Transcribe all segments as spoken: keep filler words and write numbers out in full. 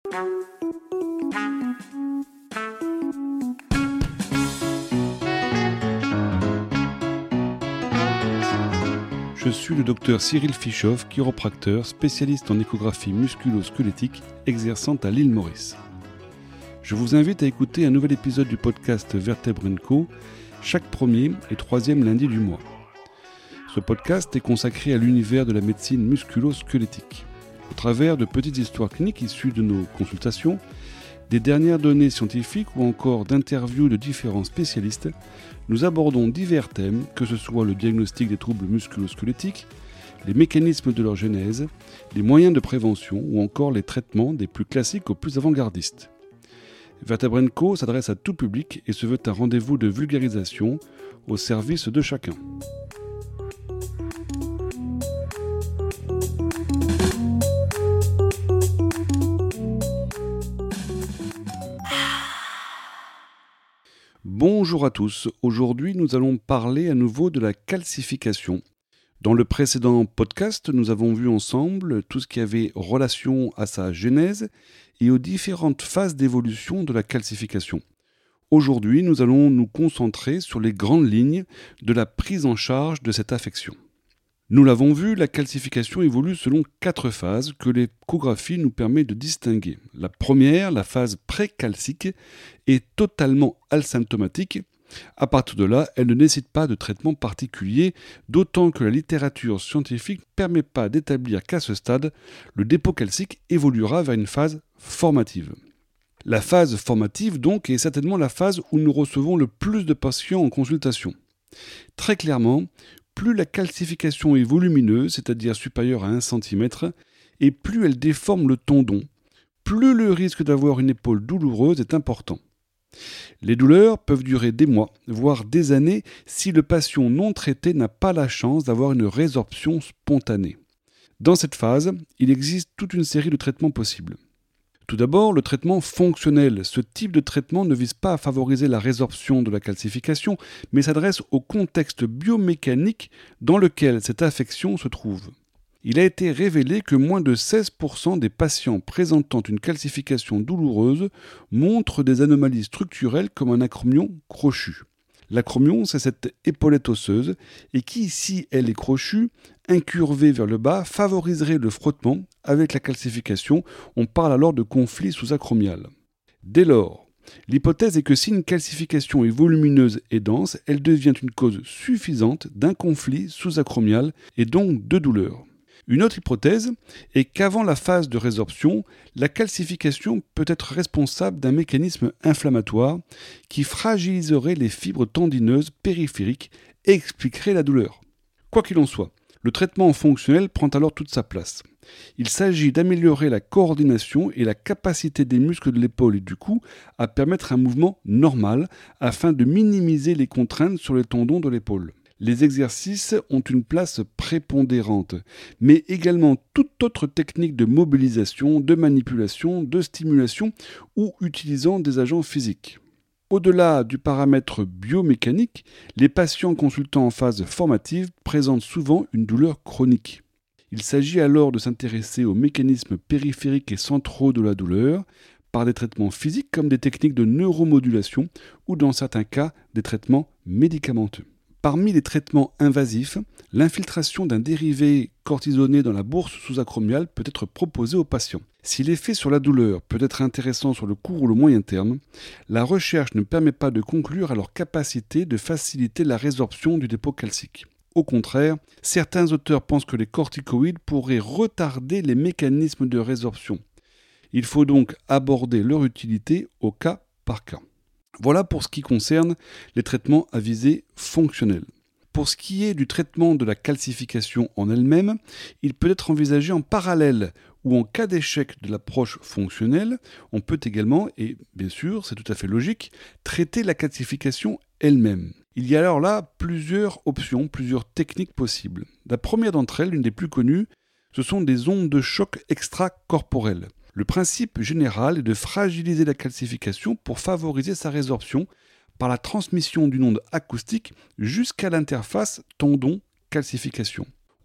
Je suis le docteur Cyril Fischoff, chiropracteur, spécialiste en échographie musculo-squelettique, exerçant à l'île Maurice. Je vous invite à écouter un nouvel épisode du podcast Vertèbre and Co, chaque premier et troisième lundi du mois. Ce podcast est consacré à l'univers de la médecine musculo-squelettique. Au travers de petites histoires cliniques issues de nos consultations, des dernières données scientifiques ou encore d'interviews de différents spécialistes, nous abordons divers thèmes, que ce soit le diagnostic des troubles musculo-squelettiques, les mécanismes de leur genèse, les moyens de prévention ou encore les traitements des plus classiques aux plus avant-gardistes. Vertèbre and Co s'adresse à tout public et se veut un rendez-vous de vulgarisation au service de chacun. Bonjour à tous, aujourd'hui nous allons parler à nouveau de la calcification. Dans le précédent podcast, nous avons vu ensemble tout ce qui avait relation à sa genèse et aux différentes phases d'évolution de la calcification. Aujourd'hui, nous allons nous concentrer sur les grandes lignes de la prise en charge de cette affection. Nous l'avons vu, la calcification évolue selon quatre phases que l'échographie nous permet de distinguer. La première, la phase précalcique, est totalement asymptomatique. À partir de là, elle ne nécessite pas de traitement particulier, d'autant que la littérature scientifique ne permet pas d'établir qu'à ce stade, le dépôt calcique évoluera vers une phase formative. La phase formative, donc, est certainement la phase où nous recevons le plus de patients en consultation. Très clairement, plus la calcification est volumineuse, c'est-à-dire supérieure à un centimètre, et plus elle déforme le tendon, plus le risque d'avoir une épaule douloureuse est important. Les douleurs peuvent durer des mois, voire des années, si le patient non traité n'a pas la chance d'avoir une résorption spontanée. Dans cette phase, il existe toute une série de traitements possibles. Tout d'abord, le traitement fonctionnel. Ce type de traitement ne vise pas à favoriser la résorption de la calcification, mais s'adresse au contexte biomécanique dans lequel cette affection se trouve. Il a été révélé que moins de seize pour cent des patients présentant une calcification douloureuse montrent des anomalies structurelles comme un acromion crochu. L'acromion, c'est cette épaulette osseuse, et qui, si elle est crochue, incurvée vers le bas, favoriserait le frottement avec la calcification. On parle alors de conflit sous-acromial. Dès lors, l'hypothèse est que si une calcification est volumineuse et dense, elle devient une cause suffisante d'un conflit sous-acromial et donc de douleur. Une autre hypothèse est qu'avant la phase de résorption, la calcification peut être responsable d'un mécanisme inflammatoire qui fragiliserait les fibres tendineuses périphériques et expliquerait la douleur. Quoi qu'il en soit, le traitement fonctionnel prend alors toute sa place. Il s'agit d'améliorer la coordination et la capacité des muscles de l'épaule et du cou à permettre un mouvement normal afin de minimiser les contraintes sur les tendons de l'épaule. Les exercices ont une place prépondérante, mais également toute autre technique de mobilisation, de manipulation, de stimulation ou utilisant des agents physiques. Au-delà du paramètre biomécanique, les patients consultant en phase formative présentent souvent une douleur chronique. Il s'agit alors de s'intéresser aux mécanismes périphériques et centraux de la douleur par des traitements physiques comme des techniques de neuromodulation ou dans certains cas des traitements médicamenteux. Parmi les traitements invasifs, l'infiltration d'un dérivé cortisoné dans la bourse sous-acromiale peut être proposée aux patients. Si l'effet sur la douleur peut être intéressant sur le court ou le moyen terme, la recherche ne permet pas de conclure à leur capacité de faciliter la résorption du dépôt calcique. Au contraire, certains auteurs pensent que les corticoïdes pourraient retarder les mécanismes de résorption. Il faut donc aborder leur utilité au cas par cas. Voilà pour ce qui concerne les traitements à visée fonctionnelle. Pour ce qui est du traitement de la calcification en elle-même, il peut être envisagé en parallèle ou en cas d'échec de l'approche fonctionnelle, on peut également, et bien sûr c'est tout à fait logique, traiter la calcification elle-même. Il y a alors là plusieurs options, plusieurs techniques possibles. La première d'entre elles, l'une des plus connues, ce sont des ondes de choc extracorporelles. Le principe général est de fragiliser la calcification pour favoriser sa résorption par la transmission d'une onde acoustique jusqu'à l'interface tendon-calcification.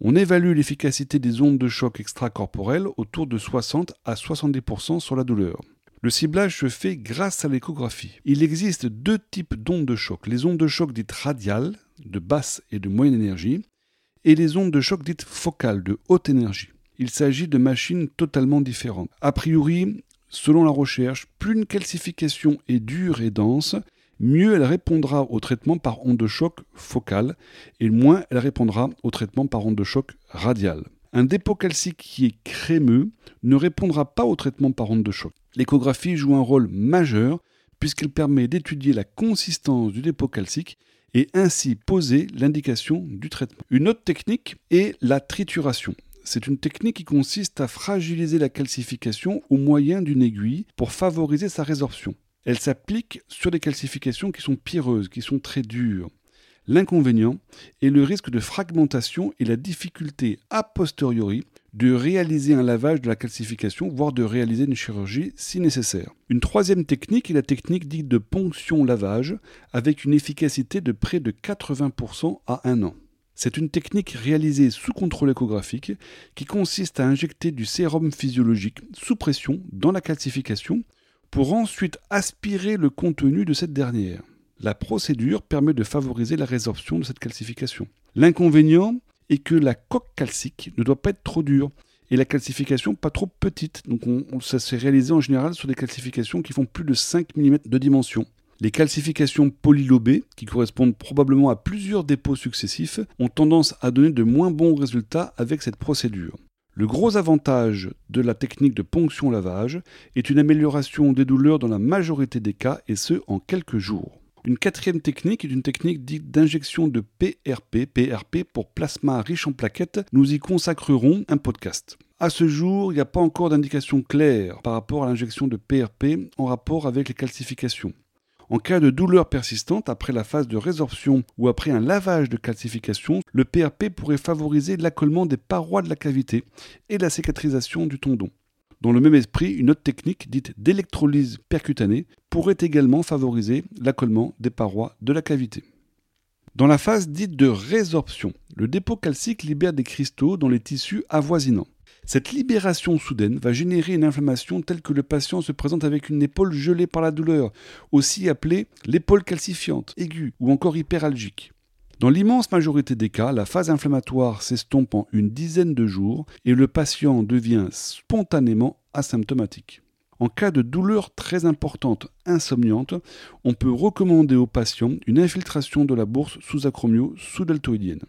On évalue l'efficacité des ondes de choc extracorporelles autour de soixante à soixante-dix pour cent sur la douleur. Le ciblage se fait grâce à l'échographie. Il existe deux types d'ondes de choc, les ondes de choc dites radiales, de basse et de moyenne énergie, et les ondes de choc dites focales, de haute énergie. Il s'agit de machines totalement différentes. A priori, selon la recherche, plus une calcification est dure et dense, mieux elle répondra au traitement par onde de choc focale, et moins elle répondra au traitement par onde de choc radiale. Un dépôt calcique qui est crémeux ne répondra pas au traitement par onde de choc. L'échographie joue un rôle majeur puisqu'elle permet d'étudier la consistance du dépôt calcique et ainsi poser l'indication du traitement. Une autre technique est la trituration. C'est une technique qui consiste à fragiliser la calcification au moyen d'une aiguille pour favoriser sa résorption. Elle s'applique sur des calcifications qui sont pierreuses, qui sont très dures. L'inconvénient est le risque de fragmentation et la difficulté a posteriori de réaliser un lavage de la calcification, voire de réaliser une chirurgie si nécessaire. Une troisième technique est la technique dite de ponction-lavage, avec une efficacité de près de quatre-vingts pour cent à un an. C'est une technique réalisée sous contrôle échographique qui consiste à injecter du sérum physiologique sous pression dans la calcification pour ensuite aspirer le contenu de cette dernière. La procédure permet de favoriser la résorption de cette calcification. L'inconvénient est que la coque calcique ne doit pas être trop dure et la calcification pas trop petite. Donc on, on, ça s'est réalisé en général sur des calcifications qui font plus de cinq millimètres de dimension. Les calcifications polylobées, qui correspondent probablement à plusieurs dépôts successifs, ont tendance à donner de moins bons résultats avec cette procédure. Le gros avantage de la technique de ponction-lavage est une amélioration des douleurs dans la majorité des cas, et ce en quelques jours. Une quatrième technique est une technique dite d'injection de P R P, P R P pour plasma riche en plaquettes. Nous y consacrerons un podcast. À ce jour, il n'y a pas encore d'indication claire par rapport à l'injection de P R P en rapport avec les calcifications. En cas de douleur persistante, après la phase de résorption ou après un lavage de calcification, le P R P pourrait favoriser l'accollement des parois de la cavité et la cicatrisation du tendon. Dans le même esprit, une autre technique, dite d'électrolyse percutanée, pourrait également favoriser l'accollement des parois de la cavité. Dans la phase dite de résorption, le dépôt calcique libère des cristaux dans les tissus avoisinants. Cette libération soudaine va générer une inflammation telle que le patient se présente avec une épaule gelée par la douleur, aussi appelée l'épaule calcifiante, aiguë ou encore hyperalgique. Dans l'immense majorité des cas, la phase inflammatoire s'estompe en une dizaine de jours et le patient devient spontanément asymptomatique. En cas de douleur très importante, insomniante, on peut recommander au patient une infiltration de la bourse sous-acromio sous-deltoïdienne.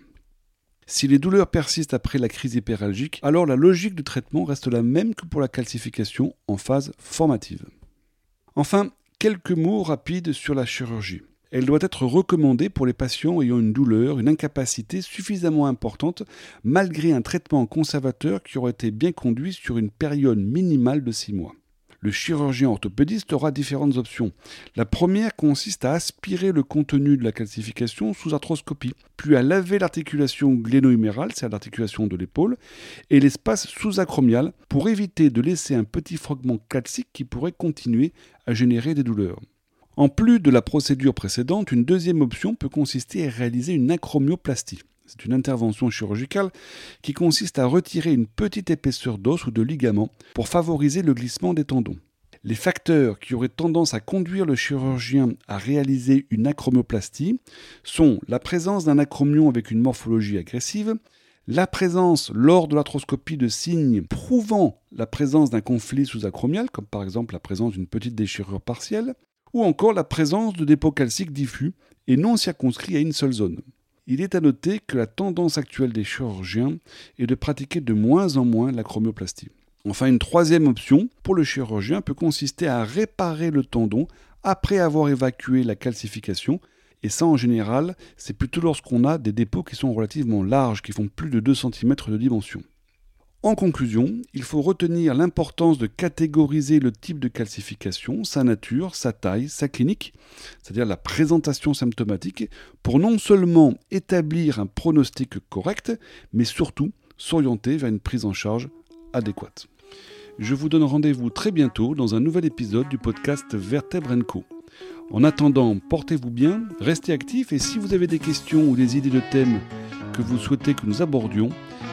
Si les douleurs persistent après la crise hyperalgique, alors la logique de traitement reste la même que pour la calcification en phase formative. Enfin, quelques mots rapides sur la chirurgie. Elle doit être recommandée pour les patients ayant une douleur, une incapacité suffisamment importante malgré un traitement conservateur qui aurait été bien conduit sur une période minimale de six mois. Le chirurgien orthopédiste aura différentes options. La première consiste à aspirer le contenu de la calcification sous arthroscopie, puis à laver l'articulation gléno-humérale, c'est-à-dire l'articulation de l'épaule, et l'espace sous-acromial pour éviter de laisser un petit fragment calcique qui pourrait continuer à générer des douleurs. En plus de la procédure précédente, une deuxième option peut consister à réaliser une acromioplastie. C'est une intervention chirurgicale qui consiste à retirer une petite épaisseur d'os ou de ligament pour favoriser le glissement des tendons. Les facteurs qui auraient tendance à conduire le chirurgien à réaliser une acromioplastie sont la présence d'un acromion avec une morphologie agressive, la présence lors de l'arthroscopie de signes prouvant la présence d'un conflit sous-acromial, comme par exemple la présence d'une petite déchirure partielle, ou encore la présence de dépôts calciques diffus et non circonscrits à une seule zone. Il est à noter que la tendance actuelle des chirurgiens est de pratiquer de moins en moins l'acromioplastie. Enfin, une troisième option pour le chirurgien peut consister à réparer le tendon après avoir évacué la calcification, et ça en général, c'est plutôt lorsqu'on a des dépôts qui sont relativement larges, qui font plus de deux centimètres de dimension. En conclusion, il faut retenir l'importance de catégoriser le type de calcification, sa nature, sa taille, sa clinique, c'est-à-dire la présentation symptomatique, pour non seulement établir un pronostic correct, mais surtout s'orienter vers une prise en charge adéquate. Je vous donne rendez-vous très bientôt dans un nouvel épisode du podcast Vertèbre and Co. En attendant, portez-vous bien, restez actifs et si vous avez des questions ou des idées de thèmes que vous souhaitez que nous abordions,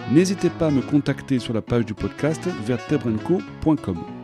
N'hésitez pas à me contacter sur la page du podcast vertebrenco point com.